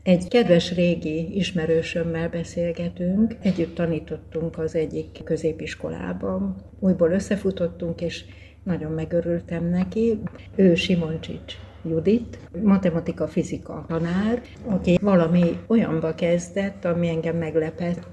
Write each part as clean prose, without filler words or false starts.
Egy kedves régi ismerősömmel beszélgetünk, együtt tanítottunk az egyik középiskolában. Újból összefutottunk, és nagyon megörültem neki. Ő Simoncsics Judit, matematika-fizika tanár, aki valami olyanba kezdett, ami engem meglepett.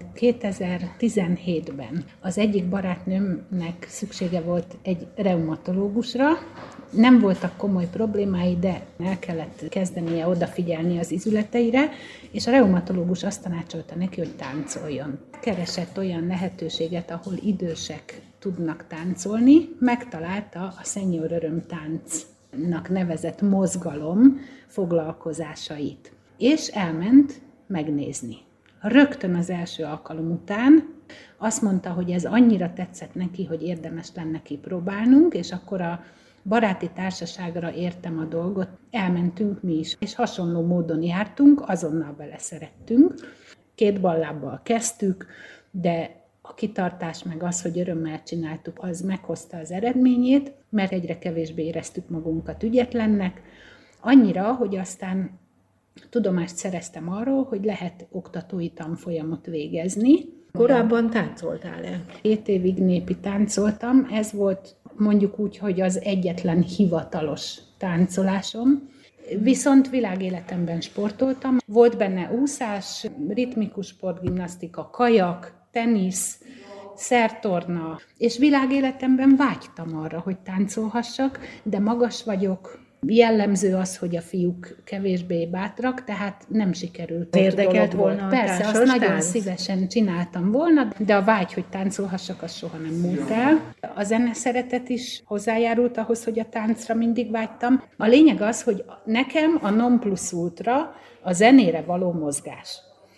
2017-ben az egyik barátnőmnek szüksége volt egy reumatológusra. Nem voltak komoly problémái, de el kellett kezdenie odafigyelni az izületeire, és a reumatológus azt tanácsolta neki, hogy táncoljon. Keresett olyan lehetőséget, ahol idősek tudnak táncolni, megtalálta a Senior Öröm Táncnak nevezett mozgalom foglalkozásait, és elment megnézni. Rögtön az első alkalom után azt mondta, hogy ez annyira tetszett neki, hogy érdemes lenne kipróbálnunk, és akkor a baráti társaságra értem a dolgot, elmentünk mi is, és hasonló módon jártunk, azonnal beleszerettünk. 2 ballábbal kezdtük, de a kitartás meg az, hogy örömmel csináltuk, az meghozta az eredményét, mert egyre kevésbé éreztük magunkat ügyetlennek, annyira, hogy aztán tudomást szereztem arról, hogy lehet oktatói tanfolyamot végezni. Korábban táncoltál-e? 7 évig népi táncoltam, ez volt mondjuk úgy, hogy az egyetlen hivatalos táncolásom. Viszont világéletemben sportoltam. Volt benne úszás, ritmikus sportgimnasztika, kajak, tenisz, szertorna, és világéletemben vágytam arra, hogy táncolhassak, de magas vagyok, jellemző az, hogy a fiúk kevésbé bátrak, tehát nem sikerült. Érdekelt volna a Persze, azt nagyon szívesen csináltam volna, de a vágy, hogy táncolhassak, az soha nem múlt el. A zene szeretet is hozzájárult ahhoz, hogy a táncra mindig vágytam. A lényeg az, hogy nekem a non plus ultra a zenére való mozgás.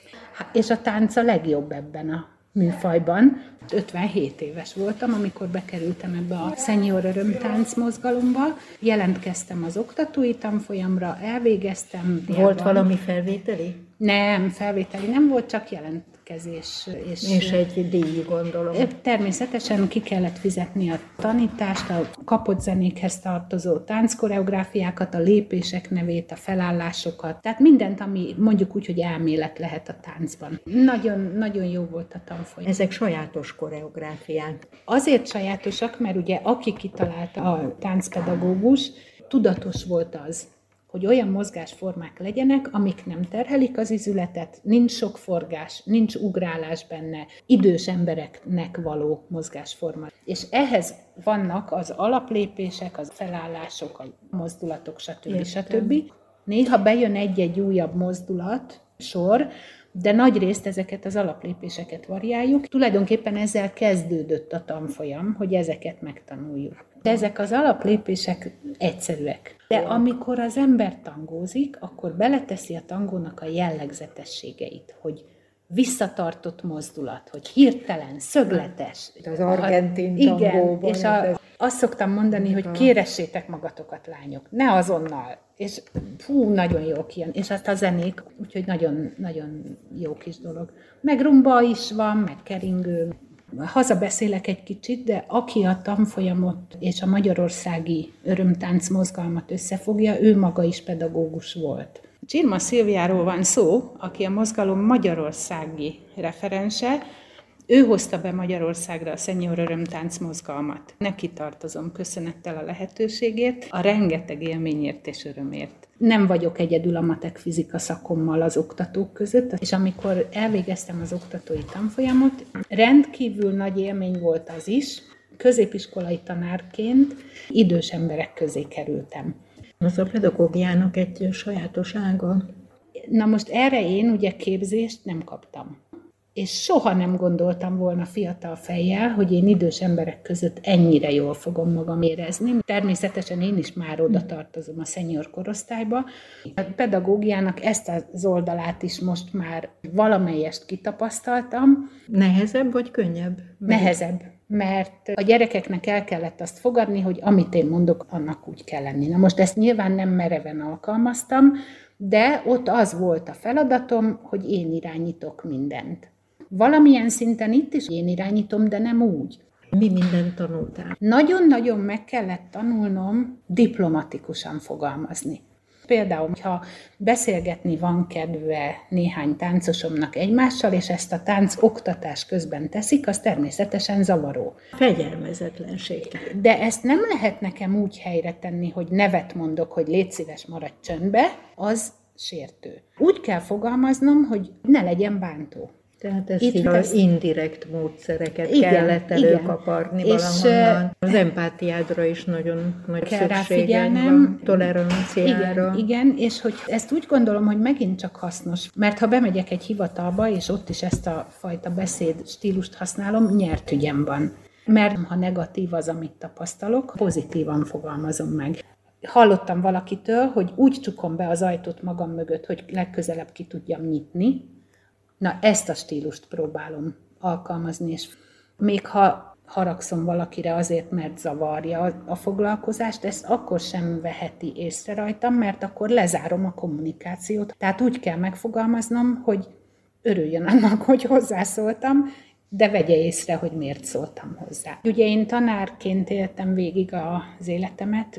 És a tánc a legjobb ebben a műfajban. 57 éves voltam, amikor bekerültem ebbe a Senior Öröm Tánc mozgalomba. Jelentkeztem az oktatói tanfolyamra, elvégeztem. Volt valami felvételi? Nem, felvételi nem volt, csak jelentkezés. És egy díj, gondolom. Természetesen ki kellett fizetni a tanítást, a kapott zenékhez tartozó tánckoreográfiákat, a lépések nevét, a felállásokat, tehát mindent, ami mondjuk úgy, hogy elmélet lehet a táncban. Nagyon jó volt a tanfolyam. Ezek sajátos koreográfiák. Azért sajátosak, mert ugye aki kitalálta a táncpedagógus, tudatos volt az, hogy olyan mozgásformák legyenek, amik nem terhelik az izületet, nincs sok forgás, nincs ugrálás benne, idős embereknek való mozgásforma. És ehhez vannak az alaplépések, az felállások, a mozdulatok, stb. Néha bejön egy-egy újabb mozdulat, sor, de nagyrészt ezeket az alaplépéseket variáljuk. Tulajdonképpen ezzel kezdődött a tanfolyam, hogy ezeket megtanuljuk. De ezek az alaplépések egyszerűek. De amikor az ember tangózik, akkor beleteszi a tangónak a jellegzetességeit, hogy visszatartott mozdulat, hogy hirtelen, szögletes. Az argentin tangóban. Igen, és azt szoktam mondani, hogy kéressétek magatokat, lányok, ne azonnal. És nagyon jó kijön. És azt a zenék, úgyhogy nagyon jó kis dolog. Meg rumba is van, meg keringő. Hazabeszélek egy kicsit, de aki a tanfolyamot és a magyarországi örömtánc mozgalmat összefogja, ő maga is pedagógus volt. Csirma Szilviáról van szó, aki a mozgalom magyarországi referense. Ő hozta be Magyarországra a Senior Örömtánc mozgalmat. Neki tartozom köszönettel a lehetőségért, a rengeteg élményért és örömért. Nem vagyok egyedül a matek fizika szakommal az oktatók között, és amikor elvégeztem az oktatói tanfolyamot, rendkívül nagy élmény volt az is, középiskolai tanárként idős emberek közé kerültem. Az a pedagógiának egy sajátos ága. Na most erre én ugye képzést nem kaptam. És soha nem gondoltam volna fiatal fejjel, hogy én idős emberek között ennyire jól fogom magam érezni. Természetesen én is már oda tartozom a senior korosztályba. A pedagógiának ezt az oldalát is most már valamelyest kitapasztaltam. Nehezebb vagy könnyebb? Nehezebb, mert a gyerekeknek el kellett azt fogadni, hogy amit én mondok, annak úgy kell lenni. Na most ezt nyilván nem mereven alkalmaztam, de ott az volt a feladatom, hogy én irányítok mindent. Valamilyen szinten itt is én irányítom, de nem úgy. Mi mindent tanultál? Nagyon-nagyon meg kellett tanulnom diplomatikusan fogalmazni. Például, ha beszélgetni van kedve néhány táncosomnak egymással, és ezt a tánc oktatás közben teszik, az természetesen zavaró. Fegyelmezetlenség. De ezt nem lehet nekem úgy helyre tenni, hogy nevet mondok, hogy légy szíves, maradj csöndbe, az sértő. Úgy kell fogalmaznom, hogy ne legyen bántó. Tehát ezt az indirekt módszereket kellett előkaparni valahonnan. Az empátiádra is nagyon nagy szükséged van, toleranciára. Igen, és hogy ezt úgy gondolom, hogy megint csak hasznos, mert ha bemegyek egy hivatalba, és ott is ezt a fajta beszéd stílust használom, nyert ügyem van. Mert ha negatív az, amit tapasztalok, pozitívan fogalmazom meg. Hallottam valakitől, hogy úgy csukom be az ajtót magam mögött, hogy legközelebb ki tudjam nyitni. Na, ezt a stílust próbálom alkalmazni, és még ha haragszom valakire azért, mert zavarja a foglalkozást, ezt akkor sem veheti észre rajtam, mert akkor lezárom a kommunikációt. Tehát úgy kell megfogalmaznom, hogy örüljön annak, hogy hozzászóltam, de vegye észre, hogy miért szóltam hozzá. Ugye én tanárként éltem végig az életemet,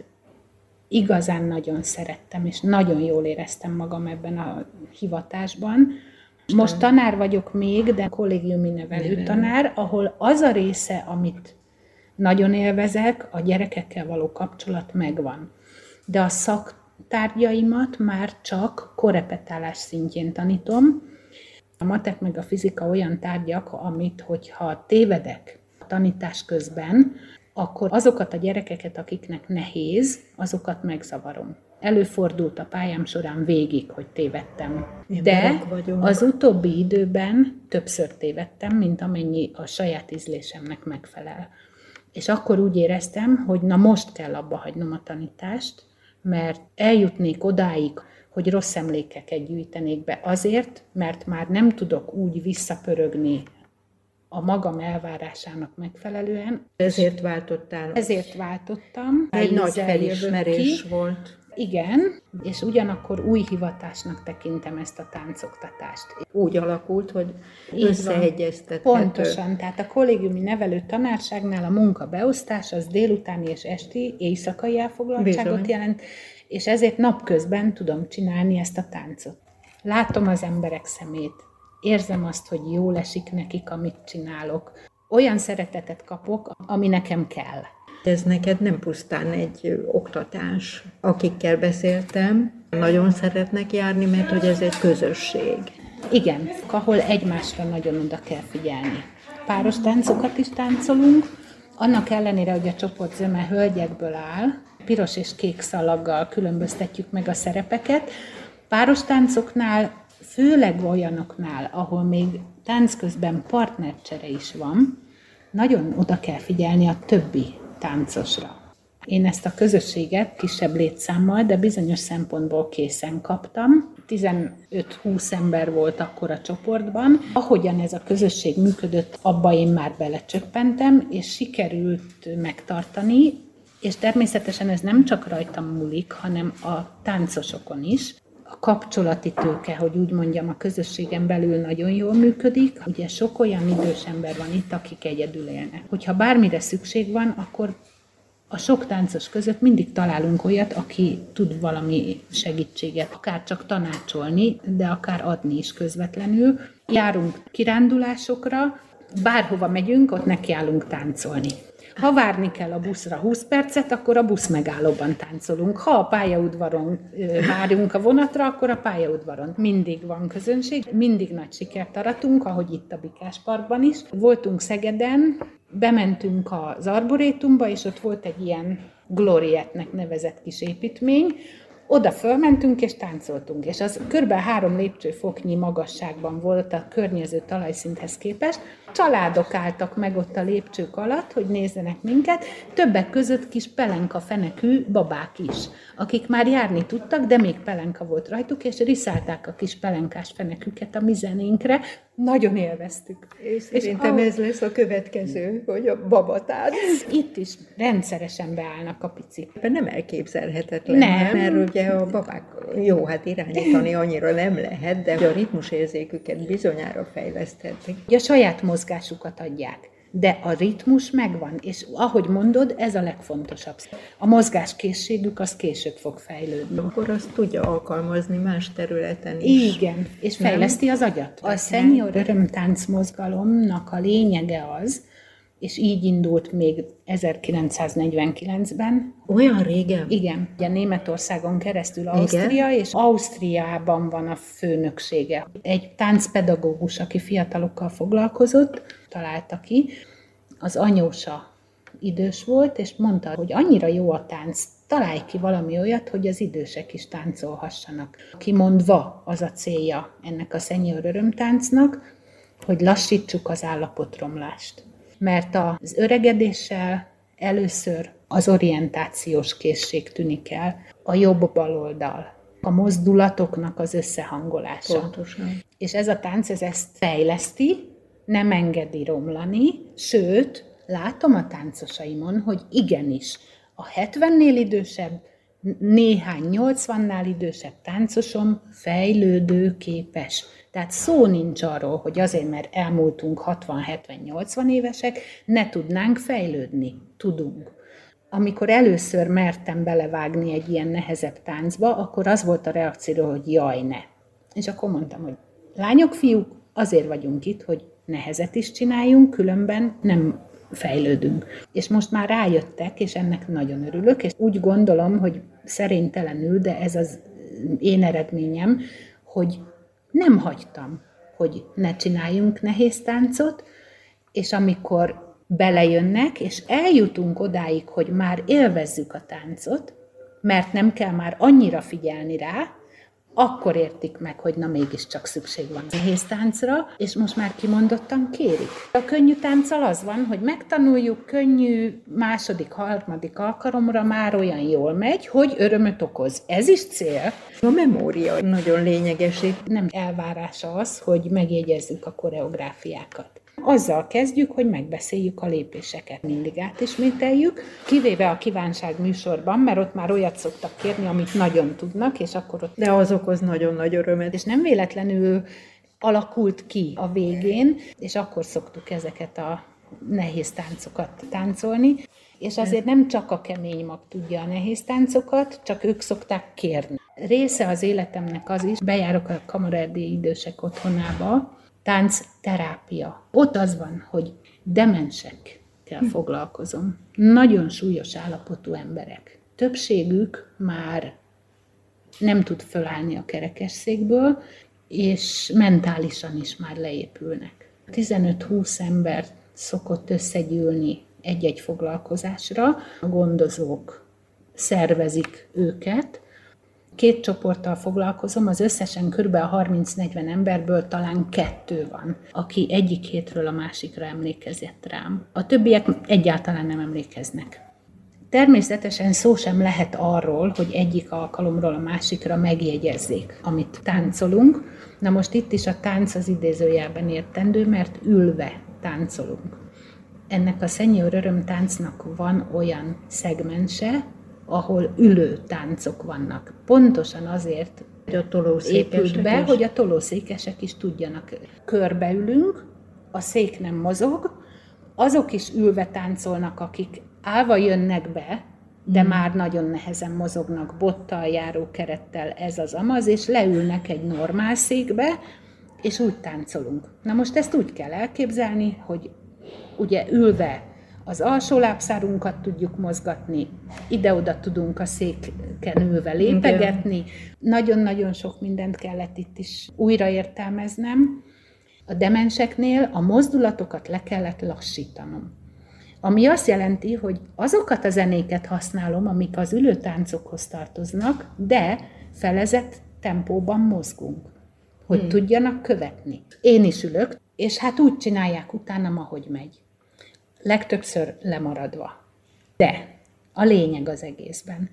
igazán nagyon szerettem, és nagyon jól éreztem magam ebben a hivatásban. Most tanár vagyok még, de kollégiumi nevelő tanár, ahol az a része, amit nagyon élvezek, a gyerekekkel való kapcsolat megvan. De a szaktárgyaimat már csak korrepetálás szintjén tanítom. A matek meg a fizika olyan tárgyak, amit, hogyha tévedek a tanítás közben, akkor azokat a gyerekeket, akiknek nehéz, azokat megzavarom. Előfordult a pályám során végig, hogy tévedtem. De az utóbbi időben többször tévedtem, mint amennyi a saját ízlésemnek megfelel. És akkor úgy éreztem, hogy na most kell abba hagynom a tanítást, mert eljutnék odáig, hogy rossz emlékeket gyűjtenék be azért, mert már nem tudok úgy visszapörögni a magam elvárásának megfelelően. Ezért váltottál? Ezért váltottam. Egy nagy felismerés volt. Igen, és ugyanakkor új hivatásnak tekintem ezt a táncoktatást. Úgy alakult, hogy összeegyeztethető. Pontosan, tehát a kollégiumi nevelő tanárságnál a munkabeosztás az délutáni és esti, éjszakai elfoglaltságot jelent, és ezért napközben tudom csinálni ezt a táncot. Látom az emberek szemét, érzem azt, hogy jól esik nekik, amit csinálok. Olyan szeretetet kapok, ami nekem kell. Ez neked nem pusztán egy oktatás. Akikkel beszéltem, nagyon szeretnek járni, mert hogy ez egy közösség. Igen, ahol egymásra nagyon oda kell figyelni. Páros táncokat is táncolunk, annak ellenére, hogy a csoport zöme hölgyekből áll, piros és kék szalaggal különböztetjük meg a szerepeket. Páros táncoknál, főleg olyanoknál, ahol még tánc közben partnercsere is van, nagyon oda kell figyelni a többi táncosra. Én ezt a közösséget kisebb létszámmal, de bizonyos szempontból készen kaptam. 15-20 ember volt akkor a csoportban. Ahogyan ez a közösség működött, abba én már belecsöppentem, és sikerült megtartani, és természetesen ez nem csak rajtam múlik, hanem a táncosokon is. A kapcsolati tőke, hogy úgy mondjam, a közösségen belül nagyon jól működik. Ugye sok olyan idős ember van itt, akik egyedül élnek. Hogyha bármire szükség van, akkor a sok táncos között mindig találunk olyat, aki tud valami segítséget, akár csak tanácsolni, de akár adni is közvetlenül. Járunk kirándulásokra, bárhova megyünk, ott nekiállunk táncolni. Ha várni kell a buszra 20 percet, akkor a busz megállóban táncolunk. Ha a pályaudvaron várjunk a vonatra, akkor a pályaudvaron. Mindig van közönség, mindig nagy sikert aratunk, ahogy itt a Bikás Parkban is. Voltunk Szegeden, bementünk az Arborétumba, és ott volt egy ilyen Glorietnek nevezett kis építmény. Oda fölmentünk és táncoltunk, és az kb. 3 lépcsőfoknyi magasságban volt a környező talajszinthez képest. Családok álltak meg ott a lépcsők alatt, hogy nézzenek minket, többek között kis pelenka fenekű babák is, akik már járni tudtak, de még pelenka volt rajtuk, és riszálták a kis pelenkás feneküket a mi zenénkre. Nagyon élveztük. És szerintem ez lesz a következő, hogy a babatánc. Itt is rendszeresen beállnak a picik. Nem elképzelhetetlen, nem. Mert ugye a babák, jó, hát irányítani annyira nem lehet, de a ritmusérzéküket bizonyára fejleszthetik. A saját mozgásukat adják. de a ritmus megvan, és ahogy mondod, ez a legfontosabb. A mozgáskészségük az később fog fejlődni. Akkor azt tudja alkalmazni más területen is. Igen, és fejleszti az agyat. A Senior Örömtánc mozgalomnak a lényege az, és így indult még 1949-ben. Olyan régen? Igen. Ugye Németországon keresztül Ausztria, és Ausztriában van a főnöksége. Egy táncpedagógus, aki fiatalokkal foglalkozott, találta ki. Az anyósa idős volt, és mondta, hogy annyira jó a tánc, találj ki valami olyat, hogy az idősek is táncolhassanak. Kimondva az a célja ennek a Senior Örömtáncnak, hogy lassítsuk az állapotromlást. Mert az öregedéssel először az orientációs készség tűnik el, a jobb-bal oldal, a mozdulatoknak az összehangolása. Pontosan. És ez a tánc ezt fejleszti, nem engedi romlani, sőt, látom a táncosaimon, hogy igenis, a 70-nél idősebb, néhány 80-nál idősebb táncosom fejlődőképes. Tehát szó nincs arról, hogy azért, mert elmúltunk 60-70-80 évesek, ne tudnánk fejlődni. Tudunk. Amikor először mertem belevágni egy ilyen nehezebb táncba, akkor az volt a reakció, hogy jaj, ne. És akkor mondtam, hogy lányok, fiúk, azért vagyunk itt, hogy nehezet is csináljunk, különben nem fejlődünk. És most már rájöttek, és ennek nagyon örülök, és úgy gondolom, hogy szerénytelenül, de ez az én eredményem, hogy nem hagytam, hogy ne csináljunk nehéz táncot, és amikor belejönnek, és eljutunk odáig, hogy már élvezzük a táncot, mert nem kell már annyira figyelni rá, akkor értik meg, hogy na mégiscsak szükség van nehéz táncra, és most már kimondottan kérik. A könnyű tánccal az van, hogy megtanuljuk, könnyű, második, harmadik alkalomra már olyan jól megy, hogy örömöt okoz. Ez is cél. A memória nagyon lényeges. Nem elvárása az, hogy megjegyezzük a koreográfiákat. Azzal kezdjük, hogy megbeszéljük a lépéseket. Mindig átismételjük, kivéve a kívánság műsorban, mert ott már olyat szoktak kérni, amit nagyon tudnak, és akkor ott... De az okoz nagyon nagy örömet. És nem véletlenül alakult ki a végén, és akkor szoktuk ezeket a nehéz táncokat táncolni. És azért nem csak a kemény mag tudja a nehéz táncokat, csak ők szokták kérni. Része az életemnek az is, bejárok a Kamaraerdélyi Idősek Otthonába, táncterápia. Ott az van, hogy demensekkel foglalkozom. Nagyon súlyos állapotú emberek. Többségük már nem tud fölállni a kerekesszékből, és mentálisan is már leépülnek. 15-20 ember szokott összegyűlni egy-egy foglalkozásra. A gondozók szervezik őket. 2 csoporttal foglalkozom, az összesen kb. 30-40 emberből talán 2 van, aki egyik hétről a másikra emlékezett rám. A többiek egyáltalán nem emlékeznek. Természetesen szó sem lehet arról, hogy egyik alkalomról a másikra megjegyezzék, amit táncolunk. Na most itt is a tánc az idézőjelben értendő, mert ülve táncolunk. Ennek a Senior Örömtáncnak van olyan szegmense, ahol ülő táncok vannak. Pontosan azért épült be, hogy a tolószékesek is tudjanak. Körbeülünk, a szék nem mozog, azok is ülve táncolnak, akik állva jönnek be, de már nagyon nehezen mozognak, bottal, járókerettel, ez az amaz, és leülnek egy normál székbe, és úgy táncolunk. Na most ezt úgy kell elképzelni, hogy ugye ülve az alsó lábszárunkat tudjuk mozgatni, ide-oda tudunk a széken ülve lépegetni. Nagyon-nagyon sok mindent kellett itt is újraértelmeznem. A demenseknél a mozdulatokat le kellett lassítanom. Ami azt jelenti, hogy azokat a zenéket használom, amik az ülőtáncokhoz tartoznak, de felezett tempóban mozgunk, hogy tudjanak követni. Én is ülök, és hát úgy csinálják utánam, ahogy megy. Legtöbbször lemaradva. De a lényeg az egészben,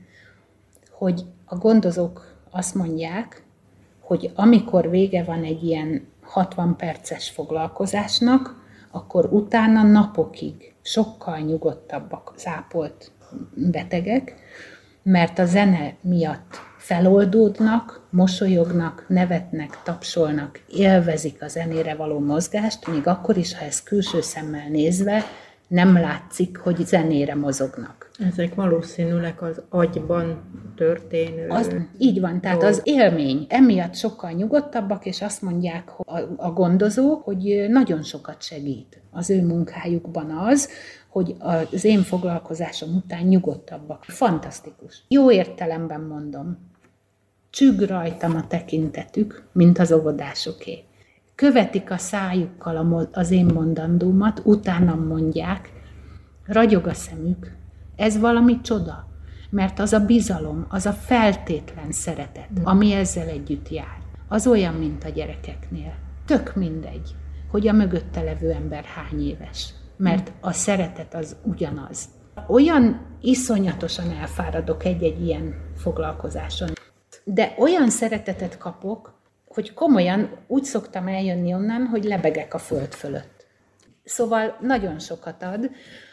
hogy a gondozók azt mondják, hogy amikor vége van egy ilyen 60 perces foglalkozásnak, akkor utána napokig sokkal nyugodtabbak az ápolt betegek, mert a zene miatt feloldódnak, mosolyognak, nevetnek, tapsolnak, élvezik a zenére való mozgást, még akkor is, ha ez külső szemmel nézve nem látszik, hogy zenére mozognak. Ezek valószínűleg az agyban történő... Így van, tehát az élmény. Emiatt sokkal nyugodtabbak, és azt mondják a gondozók, hogy nagyon sokat segít az ő munkájukban az, hogy az én foglalkozásom után nyugodtabbak. Fantasztikus. Jó értelemben mondom. Csügg rajtam a tekintetük, mint az óvodásoké. Követik a szájukkal az én mondandómat, utánam mondják, ragyog a szemük. Ez valami csoda, mert az a bizalom, az a feltétlen szeretet, ami ezzel együtt jár, az olyan, mint a gyerekeknél. Tök mindegy, hogy a mögötte levő ember hány éves, mert a szeretet az ugyanaz. Olyan iszonyatosan elfáradok egy-egy ilyen foglalkozáson, de olyan szeretetet kapok, hogy komolyan úgy szoktam eljönni onnan, hogy lebegek a föld fölött. Szóval nagyon sokat ad.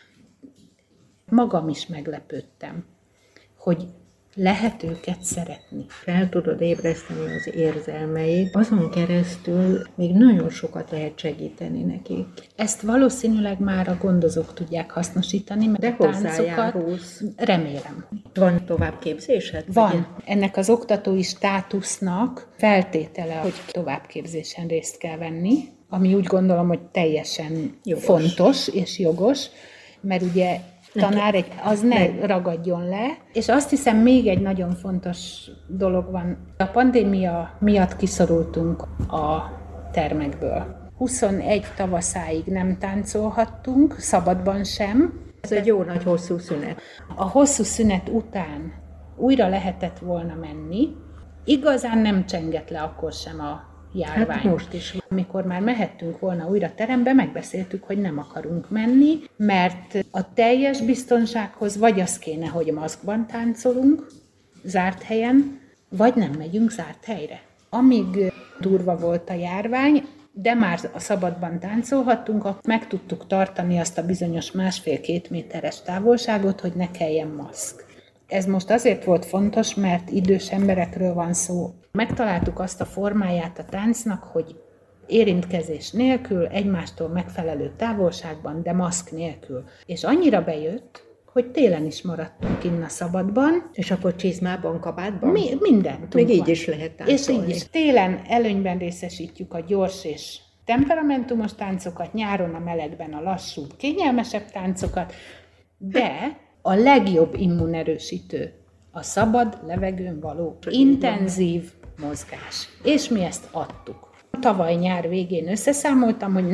Magam is meglepődtem, hogy lehet őket szeretni. Fel tudod ébreszteni az érzelmeit, azon keresztül még nagyon sokat lehet segíteni nekik. Ezt valószínűleg már a gondozók tudják hasznosítani, mert de a táncokat remélem. Van továbbképzésed? Van. Ennek az oktatói státusznak feltétele, hogy továbbképzésen részt kell venni, ami úgy gondolom, hogy teljesen fontos és jogos, mert ugye tanár az ne ragadjon le. És azt hiszem, még egy nagyon fontos dolog van. A pandémia miatt kiszorultunk a termekből. 21 tavaszáig nem táncolhattunk, szabadban sem. Ez egy jó nagy hosszú szünet. A hosszú szünet után újra lehetett volna menni. Igazán nem csengett le akkor sem a járvány. Hát most is. Amikor már mehettünk volna újra terembe, megbeszéltük, hogy nem akarunk menni, mert a teljes biztonsághoz vagy az kéne, hogy maszkban táncolunk, zárt helyen, vagy nem megyünk zárt helyre. Amíg durva volt a járvány, de már a szabadban táncolhattunk, akkor meg tudtuk tartani azt a bizonyos 1,5-2 méteres távolságot, hogy ne kelljen maszk. Ez most azért volt fontos, mert idős emberekről van szó. Megtaláltuk azt a formáját a táncnak, hogy érintkezés nélkül, egymástól megfelelő távolságban, de maszk nélkül. És annyira bejött, hogy télen is maradtunk innen a szabadban. És akkor csizmában, kabátban? Mindent. Még így is lehet táncolni. És így is. Télen előnyben részesítjük a gyors és temperamentumos táncokat, nyáron a melegben a lassú, kényelmesebb táncokat, de a legjobb immunerősítő a szabad levegőn való intenzív mozgás. És mi ezt adtuk. Tavaly nyár végén összeszámoltam, hogy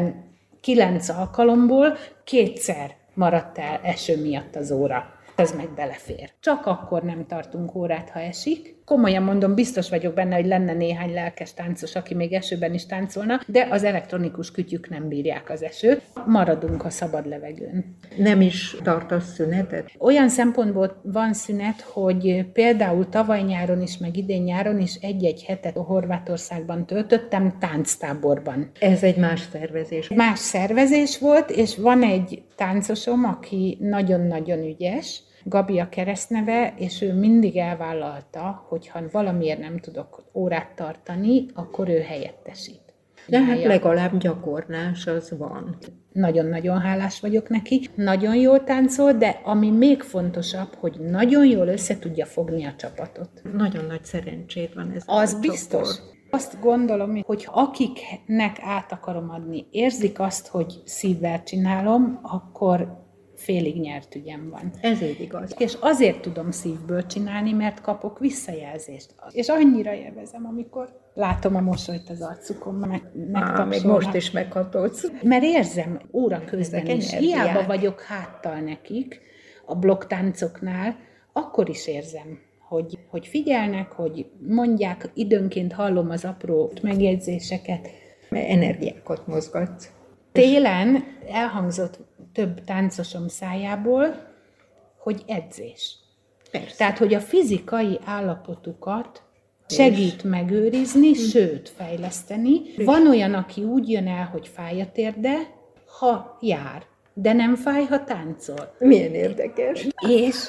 49 alkalomból 2-szer maradt el eső miatt az óra. Ez meg belefér. Csak akkor nem tartunk órát, ha esik. Komolyan mondom, biztos vagyok benne, hogy lenne néhány lelkes táncos, aki még esőben is táncolna, de az elektronikus kütyük nem bírják az esőt. Maradunk a szabad levegőn. Nem is tartasz szünetet? Olyan szempontból van szünet, hogy például tavaly nyáron is, meg idén nyáron is egy-egy hetet Horvátországban töltöttem tánctáborban. Ez egy más szervezés. Más szervezés volt, és van egy táncosom, aki nagyon-nagyon ügyes, Gabi a keresztneve, és ő mindig elvállalta, hogy ha valamiért nem tudok órát tartani, akkor ő helyettesít. De hát legalább gyakorlás az van. Nagyon-nagyon hálás vagyok neki. Nagyon jól táncol, de ami még fontosabb, hogy nagyon jól össze tudja fogni a csapatot. Nagyon nagy szerencsét van ez. Az biztos. Azt gondolom, hogy akiknek át akarom adni, érzik azt, hogy szívvel csinálom, akkor félig nyert ügyem van. Ez így igaz. És azért tudom szívből csinálni, mert kapok visszajelzést. És annyira élvezem, amikor látom a mosolyt az arcukon, megtapsolnak. Még most is meghatódsz. Mert érzem óra közben is. Hiába vagyok háttal nekik a blokktáncoknál, akkor is érzem, hogy figyelnek, hogy mondják, időnként hallom az apró megjegyzéseket. Energiákat mozgatsz. Télen elhangzott több táncosom szájából, hogy edzés. Persze. Tehát, hogy a fizikai állapotukat segít megőrizni, sőt, fejleszteni. Van olyan, aki úgy jön el, hogy fáj a térde, ha jár, de nem fáj, ha táncol. Milyen érdekes. És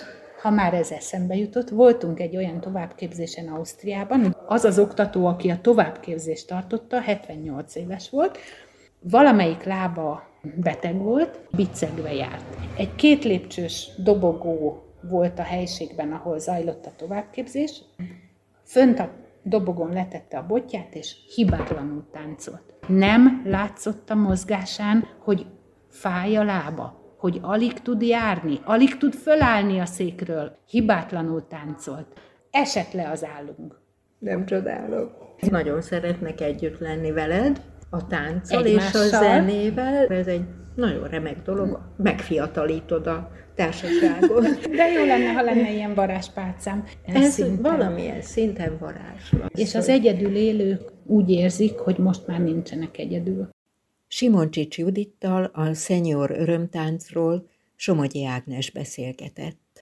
Ha már ez eszembe jutott, voltunk egy olyan továbbképzésen Ausztriában, az az oktató, aki a továbbképzést tartotta, 78 éves volt, valamelyik lába beteg volt, biccegve járt. Egy 2 lépcsős dobogó volt a helységben, ahol zajlott a továbbképzés. Fönt a dobogon letette a botját, és hibátlanul táncolt. Nem látszott a mozgásán, hogy fáj a lába, hogy alig tud járni, alig tud fölállni a székről. Hibátlanul táncolt. Esett le az állunk. Nem csodálok. Nagyon szeretnek együtt lenni veled, a tánccal Egymással. és a zenével. Ez egy nagyon remek dolog, megfiatalítod a társaságot. De jó lenne, ha lenne ilyen varázspálcám. Ez valamilyen szinten varázslat. És az egyedül élők úgy érzik, hogy most már nincsenek egyedül. Simoncsics Judittal a Senior örömtáncról Somogyi Ágnes beszélgetett.